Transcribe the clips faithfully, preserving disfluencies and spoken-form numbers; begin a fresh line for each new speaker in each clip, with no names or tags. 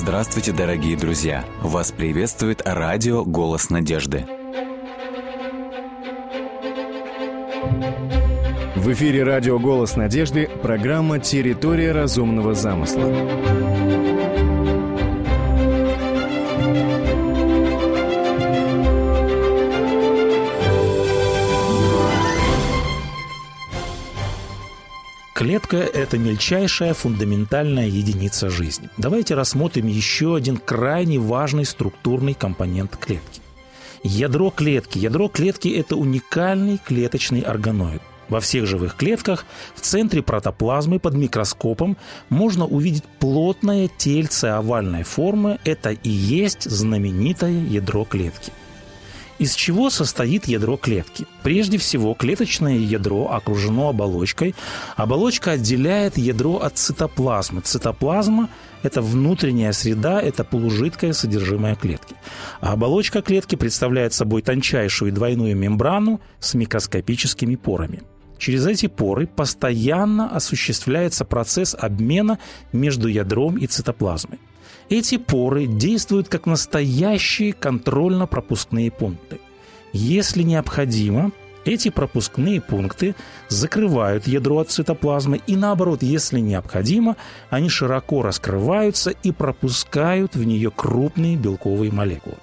Здравствуйте, дорогие друзья! Вас приветствует радио «Голос надежды».
В эфире радио «Голос надежды» программа «Территория разумного замысла».
Клетка – это мельчайшая фундаментальная единица жизни. Давайте рассмотрим еще один крайне важный структурный компонент клетки. Ядро клетки. Ядро клетки – это уникальный клеточный органоид. Во всех живых клетках в центре протоплазмы под микроскопом можно увидеть плотное тельце овальной формы. Это и есть знаменитое ядро клетки. Из чего состоит ядро клетки? Прежде всего, клеточное ядро окружено оболочкой. Оболочка отделяет ядро от цитоплазмы. Цитоплазма – это внутренняя среда, это полужидкое содержимое клетки. А оболочка клетки представляет собой тончайшую двойную мембрану с микроскопическими порами. Через эти поры постоянно осуществляется процесс обмена между ядром и цитоплазмой. Эти поры действуют как настоящие контрольно-пропускные пункты. Если необходимо, эти пропускные пункты закрывают ядро от цитоплазмы, и наоборот, если необходимо, они широко раскрываются и пропускают в нее крупные белковые молекулы.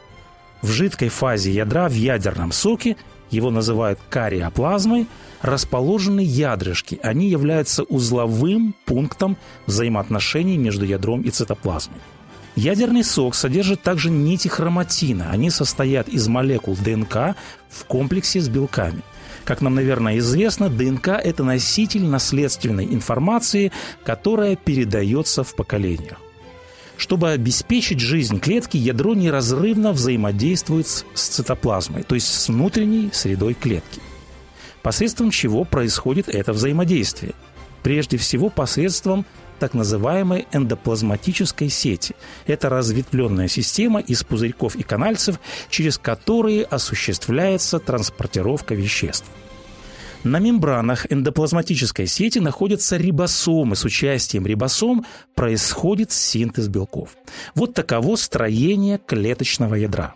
В жидкой фазе ядра, в ядерном соке, его называют кариоплазмой, расположены ядрышки. Они являются узловым пунктом взаимоотношений между ядром и цитоплазмой. Ядерный сок содержит также нити хроматина. Они состоят из молекул ДНК в комплексе с белками. Как нам, наверное, известно, ДНК – это носитель наследственной информации, которая передается в поколениях. Чтобы обеспечить жизнь клетки, ядро неразрывно взаимодействует с цитоплазмой, то есть с внутренней средой клетки. Посредством чего происходит это взаимодействие? Прежде всего, посредством так называемой эндоплазматической сети. Это разветвленная система из пузырьков и канальцев, через которые осуществляется транспортировка веществ. На мембранах эндоплазматической сети находятся рибосомы. С участием рибосом происходит синтез белков. Вот таково строение клеточного ядра.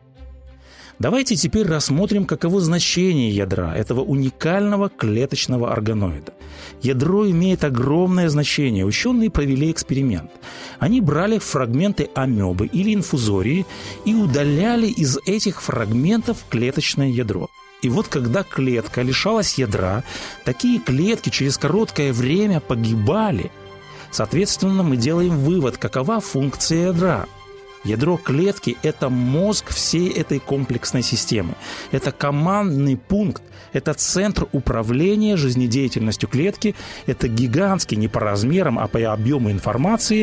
Давайте теперь рассмотрим, каково значение ядра, этого уникального клеточного органоида. Ядро имеет огромное значение. Ученые провели эксперимент. Они брали фрагменты амебы или инфузории и удаляли из этих фрагментов клеточное ядро. И вот когда клетка лишалась ядра, такие клетки через короткое время погибали. Соответственно, мы делаем вывод, какова функция ядра. Ядро клетки – это мозг всей этой комплексной системы. Это командный пункт, это центр управления жизнедеятельностью клетки, это гигантский не по размерам, а по объему информации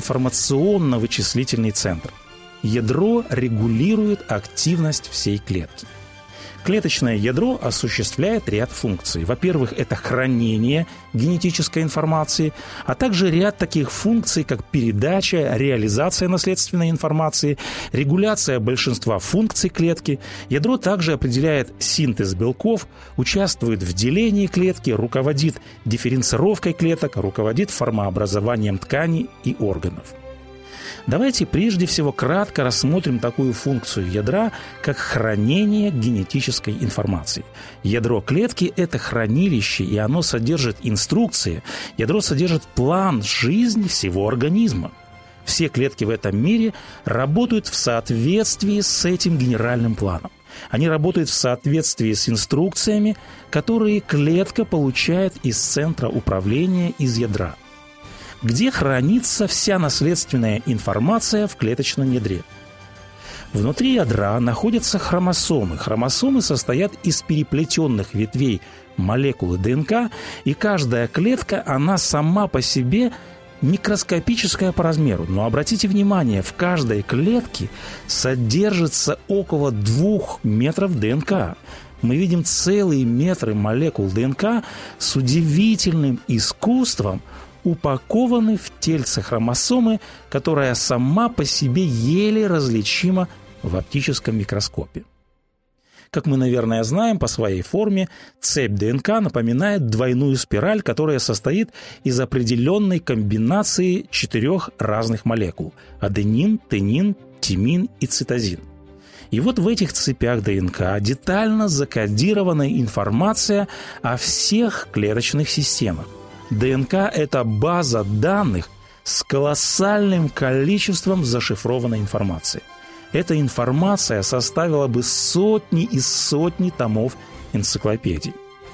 информационно-вычислительный центр. Ядро регулирует активность всей клетки. Клеточное ядро осуществляет ряд функций. Во-первых, это хранение генетической информации, а также ряд таких функций, как передача, реализация наследственной информации, регуляция большинства функций клетки. Ядро также определяет синтез белков, участвует в делении клетки, руководит дифференцировкой клеток, руководит формообразованием тканей и органов. Давайте прежде всего кратко рассмотрим такую функцию ядра, как хранение генетической информации. Ядро клетки – это хранилище, и оно содержит инструкции. Ядро содержит план жизни всего организма. Все клетки в этом мире работают в соответствии с этим генеральным планом. Они работают в соответствии с инструкциями, которые клетка получает из центра управления, из ядра. Где хранится вся наследственная информация в клеточном ядре? Внутри ядра находятся хромосомы. Хромосомы состоят из переплетенных ветвей молекулы ДНК, и каждая клетка, она сама по себе микроскопическая по размеру. Но обратите внимание, в каждой клетке содержится около двух метров ДНК. Мы видим целые метры молекул ДНК с удивительным искусством, упакованы в тельце хромосомы, которая сама по себе еле различима в оптическом микроскопе. Как мы, наверное, знаем, по своей форме цепь ДНК напоминает двойную спираль, которая состоит из определенной комбинации четырех разных молекул – аденин, тенин, тимин и цитозин. И вот в этих цепях ДНК детально закодирована информация о всех клеточных системах. ДНК – это база данных с колоссальным количеством зашифрованной информации. Эта информация составила бы сотни и сотни томов энциклопедий.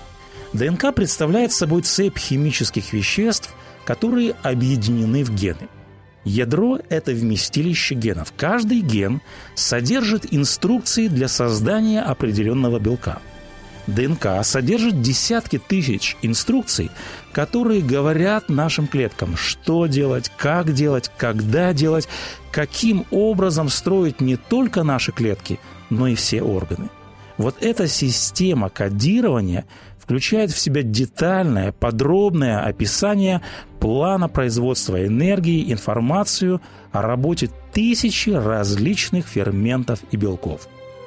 ДНК представляет собой цепь химических веществ, которые объединены в гены. Ядро – это вместилище генов. Каждый ген содержит инструкции для создания определенного белка. ДНК содержит десятки тысяч инструкций, которые говорят нашим клеткам, что делать, как делать, когда делать, каким образом строить не только наши клетки, но и все органы. Вот эта система кодирования включает в себя детальное, подробное описание плана производства энергии, информацию о работе тысячи различных ферментов и белков.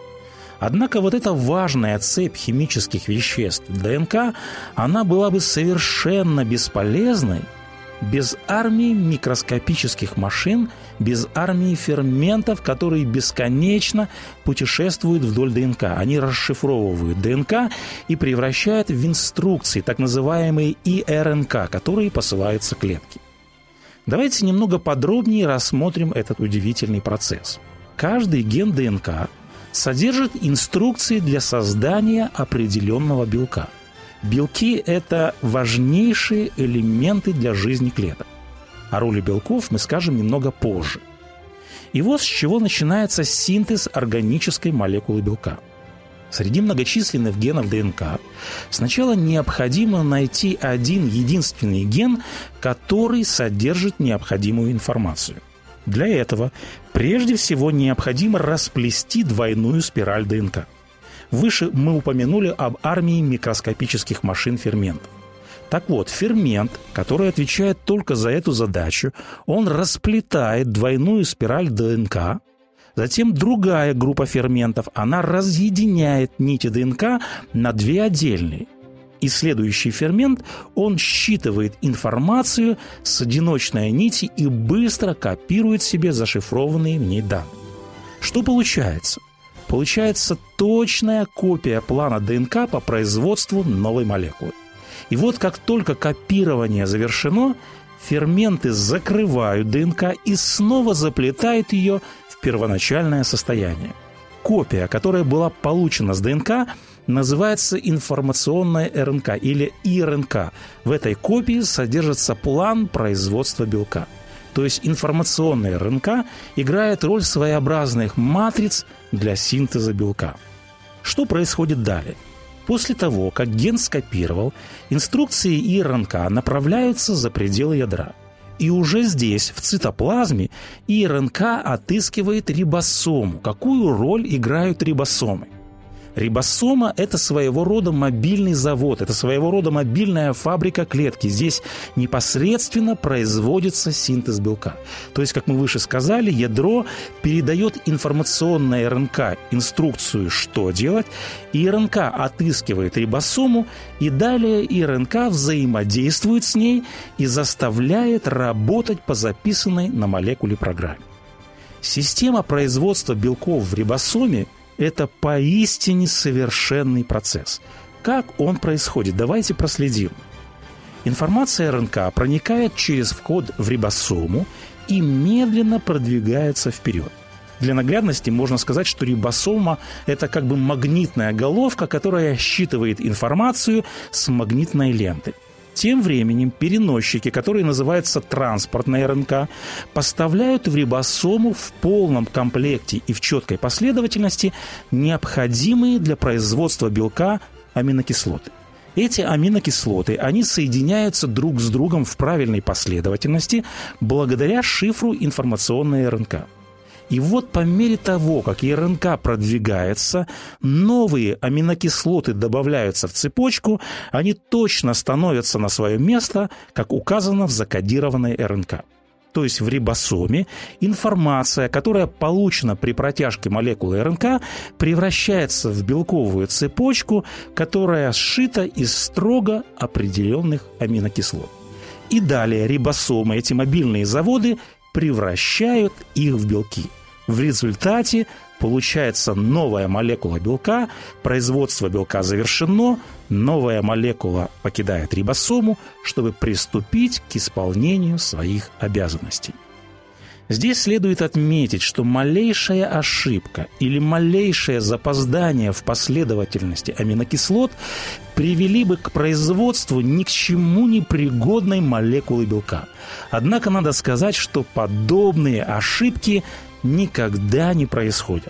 Однако вот эта важная цепь химических веществ ДНК, она была бы совершенно бесполезной без армии микроскопических машин, без армии ферментов, которые бесконечно путешествуют вдоль ДНК. Они расшифровывают ДНК и превращают в инструкции, так называемые и эр эн ка, которые посылаются клетке. Давайте немного подробнее рассмотрим этот удивительный процесс. Каждый ген ДНК содержит инструкции для создания определенного белка. Белки – это важнейшие элементы для жизни клеток. О роли белков мы скажем немного позже. И вот с чего начинается синтез органической молекулы белка. Среди многочисленных генов ДНК сначала необходимо найти один единственный ген, который содержит необходимую информацию. Для этого прежде всего необходимо расплести двойную спираль ДНК. Выше мы упомянули об армии микроскопических машин ферментов. Так вот, фермент, который отвечает только за эту задачу, он расплетает двойную спираль ДНК. Затем другая группа ферментов, она разъединяет нити ДНК на две отдельные. И следующий фермент, он считывает информацию с одиночной нити и быстро копирует себе зашифрованные в ней данные. Что получается? Получается точная копия плана ДНК по производству новой молекулы. И вот как только копирование завершено, ферменты закрывают ДНК и снова заплетают ее в первоначальное состояние. Копия, которая была получена с ДНК, называется информационная эр эн ка или и эр эн ка. В этой копии содержится план производства белка. То есть информационная эр эн ка играет роль своеобразных матриц для синтеза белка. Что происходит далее? После того, как ген скопировал, инструкции и эр эн ка направляются за пределы ядра. И уже здесь, в цитоплазме, и эр эн ка отыскивает рибосому. Какую роль играют рибосомы? Рибосома – это своего рода мобильный завод, это своего рода мобильная фабрика клетки. Здесь непосредственно производится синтез белка. То есть, как мы выше сказали, ядро передает информационной эр эн ка инструкцию, что делать, и эр эн ка отыскивает рибосому, и далее и эр эн ка взаимодействует с ней и заставляет работать по записанной на молекуле программе. Система производства белков в рибосоме – это поистине совершенный процесс. Как он происходит? Давайте проследим. Информация эр эн ка проникает через вход в рибосому и медленно продвигается вперед. Для наглядности можно сказать, что рибосома – это как бы магнитная головка, которая считывает информацию с магнитной ленты. Тем временем переносчики, которые называются транспортной эр эн ка, поставляют в рибосому в полном комплекте и в четкой последовательности необходимые для производства белка аминокислоты. Эти аминокислоты, они соединяются друг с другом в правильной последовательности благодаря шифру информационной эр эн ка. И вот по мере того, как и эр эн ка продвигается, новые аминокислоты добавляются в цепочку, они точно становятся на свое место, как указано в закодированной эр эн ка. то есть в рибосоме, информация, которая получена при протяжке молекулы РНК, превращается в белковую цепочку, которая сшита из строго определенных аминокислот. И далее рибосомы, эти мобильные заводы, превращают их в белки. В результате получается новая молекула белка, производство белка завершено, новая молекула покидает рибосому, чтобы приступить к исполнению своих обязанностей. Здесь следует отметить, что малейшая ошибка или малейшее запоздание в последовательности аминокислот привели бы к производству ни к чему не пригодной молекулы белка. Однако надо сказать, что подобные ошибки никогда не происходят.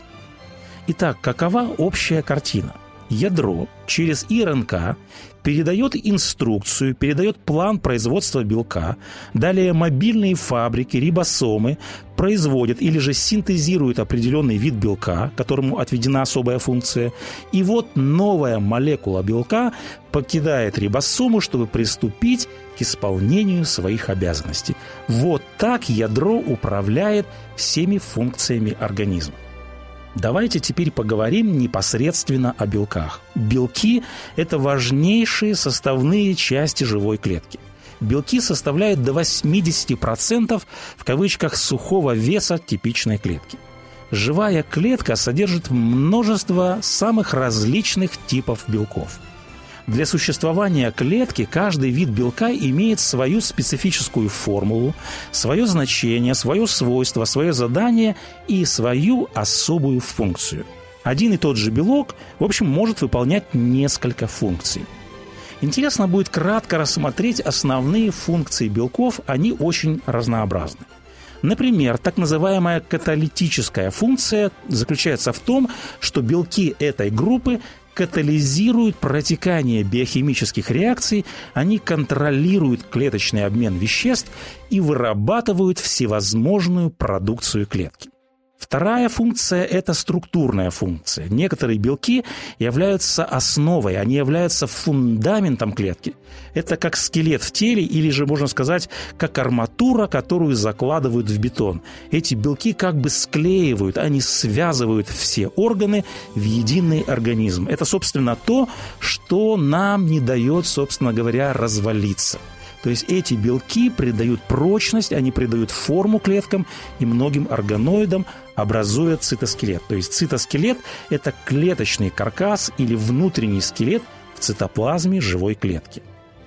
Итак, какова общая картина? Ядро через РНК передает инструкцию, передает план производства белка. Далее мобильные фабрики, рибосомы производят или же синтезируют определенный вид белка, которому отведена особая функция. И вот новая молекула белка покидает рибосому, чтобы приступить к исполнению своих обязанностей. Вот так ядро управляет всеми функциями организма. Давайте теперь поговорим непосредственно о белках. Белки – это важнейшие составные части живой клетки. Белки составляют до восемьдесят процентов в кавычках сухого веса типичной клетки. Живая клетка содержит множество самых различных типов белков. Для существования клетки каждый вид белка имеет свою специфическую формулу, свое значение, свое свойство, свое задание и свою особую функцию. Один и тот же белок, в общем, может выполнять несколько функций. Интересно будет кратко рассмотреть основные функции белков, они очень разнообразны. Например, так называемая каталитическая функция заключается в том, что белки этой группы катализируют протекание биохимических реакций, они контролируют клеточный обмен веществ и вырабатывают всевозможную продукцию клетки. Вторая функция – это структурная функция. Некоторые белки являются основой, они являются фундаментом клетки. Это как скелет в теле или же, можно сказать, как арматура, которую закладывают в бетон. Эти белки как бы склеивают, они связывают все органы в единый организм. Это, собственно, то, что нам не дает, собственно говоря, развалиться. То есть эти белки придают прочность, они придают форму клеткам и многим органоидам, образуя цитоскелет. То есть цитоскелет – это клеточный каркас или внутренний скелет в цитоплазме живой клетки.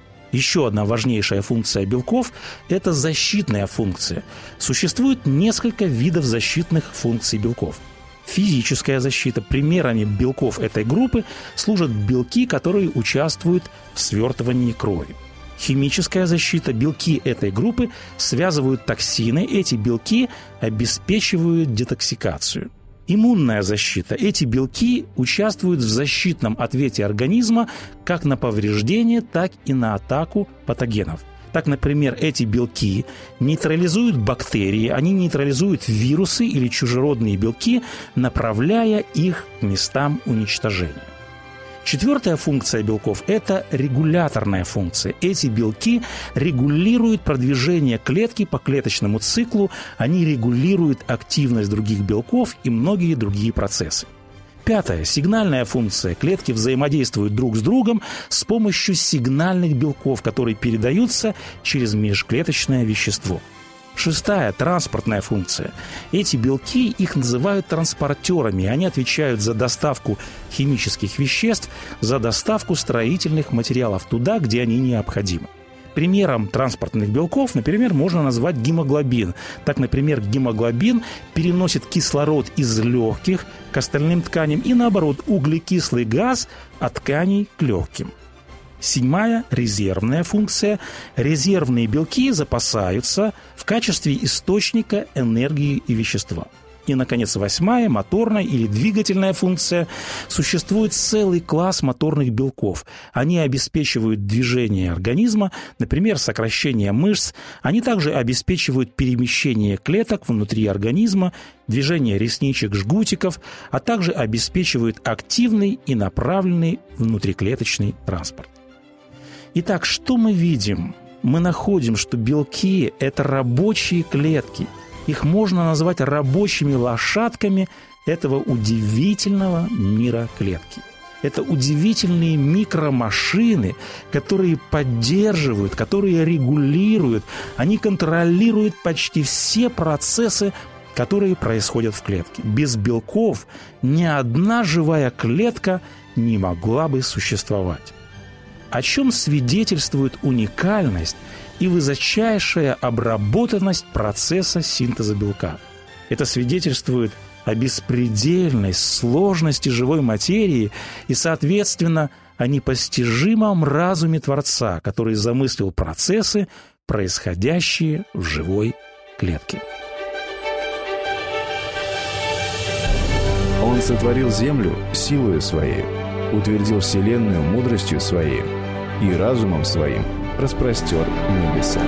Еще одна важнейшая функция белков – это защитная функция. Существует несколько видов защитных функций белков. Физическая защита. Примерами белков этой группы служат белки, которые участвуют в свертывании крови. Химическая защита. Белки этой группы связывают токсины. Эти белки обеспечивают детоксикацию. Иммунная защита. Эти белки участвуют в защитном ответе организма как на повреждение, так и на атаку патогенов. Так, например, эти белки нейтрализуют бактерии, они нейтрализуют вирусы или чужеродные белки, направляя их к местам уничтожения. Четвертая функция белков – это регуляторная функция. Эти белки регулируют продвижение клетки по клеточному циклу, они регулируют активность других белков и многие другие процессы. Пятая – сигнальная функция. Клетки взаимодействуют друг с другом с помощью сигнальных белков, которые передаются через межклеточное вещество. Шестая – транспортная функция. Эти белки, их называют транспортерами. Они отвечают за доставку химических веществ, за доставку строительных материалов туда, где они необходимы. Примером транспортных белков, например, можно назвать гемоглобин. Так, например, гемоглобин переносит кислород из легких к остальным тканям и, наоборот, углекислый газ от тканей к легким. Седьмая – резервная функция. Резервные белки запасаются в качестве источника энергии и вещества. И, наконец, восьмая – моторная или двигательная функция. Существует целый класс моторных белков. Они обеспечивают движение организма, например, сокращение мышц. Они также обеспечивают перемещение клеток внутри организма, движение ресничек, жгутиков, а также обеспечивают активный и направленный внутриклеточный транспорт. Итак, что мы видим? мы находим, что белки – это рабочие клетки. Их можно назвать рабочими лошадками этого удивительного мира клетки. Это удивительные микромашины, которые поддерживают, которые регулируют, они контролируют почти все процессы, которые происходят в клетке. Без белков ни одна живая клетка не могла бы существовать. О чем свидетельствует уникальность и высочайшая обработанность процесса синтеза белка. Это свидетельствует о беспредельной сложности живой материи и, соответственно, о непостижимом разуме Творца, который замыслил процессы, происходящие в живой клетке.
Он сотворил землю силою своей, утвердил вселенную мудростью своей и разумом своим распростер небеса.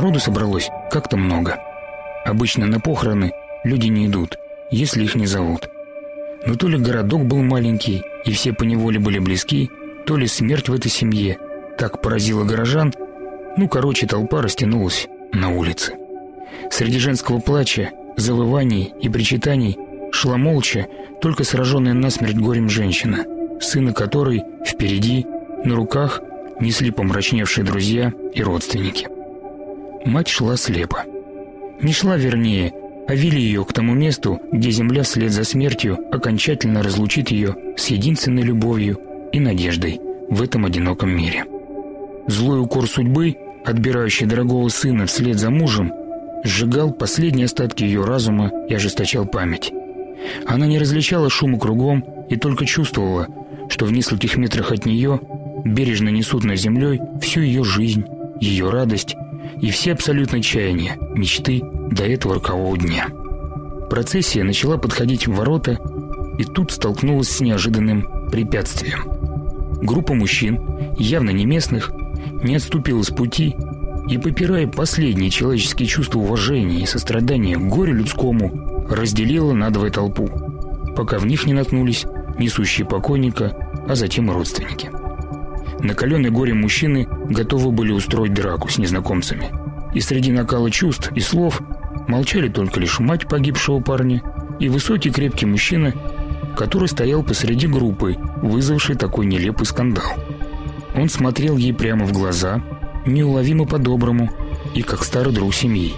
Народу собралось как-то много. Обычно на похороны люди не идут, если их не зовут. Но то ли городок был маленький, и все поневоле были близки, то ли смерть в этой семье так поразила горожан. Ну, короче, толпа растянулась на улице. Среди женского плача, завываний и причитаний шла молча только сраженная насмерть горем женщина, сына которой впереди, на руках, несли помрачневшие друзья и родственники. Мать шла слепо. Не шла, вернее, а вели ее к тому месту, где земля вслед за смертью окончательно разлучит ее с единственной любовью и надеждой в этом одиноком мире. Злой укор судьбы, отбирающий дорогого сына вслед за мужем, сжигал последние остатки ее разума и ожесточал память. Она не различала шума кругом и только чувствовала, что в нескольких метрах от нее бережно несут над землей всю ее жизнь, ее радость и все абсолютно чаяния, мечты до этого рокового дня. Процессия начала подходить в ворота, и тут столкнулась с неожиданным препятствием. Группа мужчин, явно не местных, не отступила с пути и, попирая последние человеческие чувства уважения и сострадания к горю людскому, разделила надвое толпу, пока в них не наткнулись несущие покойника, а затем и родственники. Накаленные горем мужчины готовы были устроить драку с незнакомцами, и среди накала чувств и слов молчали только лишь мать погибшего парня и высокий крепкий мужчина, который стоял посреди группы, вызвавшей такой нелепый скандал. Он смотрел ей прямо в глаза, неуловимо по-доброму и как старый друг семьи.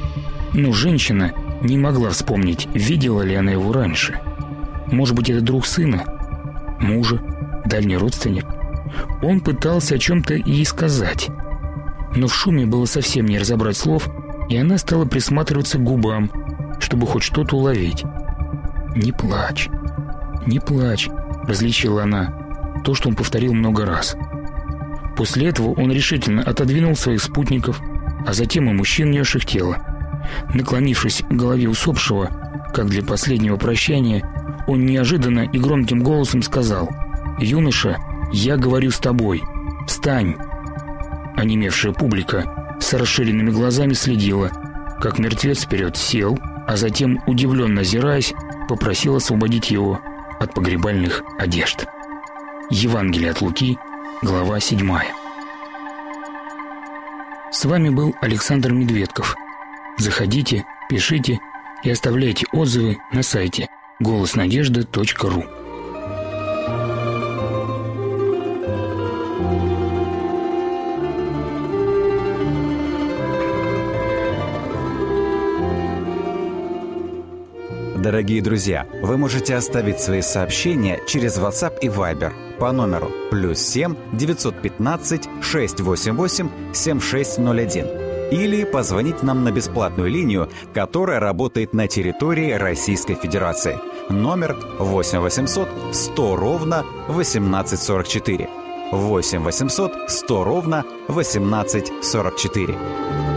Но женщина не могла вспомнить, видела ли она его раньше. Может быть, это друг сына, мужа, дальний родственник. Он пытался о чем-то ей сказать, но в шуме было совсем не разобрать слов, и она стала присматриваться к губам, чтобы хоть что-то уловить. «Не плачь, не плачь», — различила она, то, что он повторил много раз. После этого он решительно отодвинул своих спутников, а затем и мужчин, несших тело. Наклонившись к голове усопшего, как для последнего прощания, он неожиданно и громким голосом сказал: «Юноша, я говорю с тобой. Встань!» Онемевшая публика с расширенными глазами следила, как мертвец вперед сел, а затем, удивленно озираясь, попросил освободить его от погребальных одежд. Евангелие от Луки, глава седьмая. С вами был Александр Медведков. Заходите, пишите и оставляйте отзывы на сайте голос надежды точка ру.
Дорогие друзья, вы можете оставить свои сообщения через WhatsApp и Viber по номеру плюс семь девятьсот пятнадцать шестьсот восемьдесят восемь семьдесят шесть ноль один или позвонить нам на бесплатную линию, которая работает на территории Российской Федерации. Номер восемь восемьсот сто ровно восемнадцать сорок четыре. восемь восемьсот сто ровно восемнадцать сорок четыре.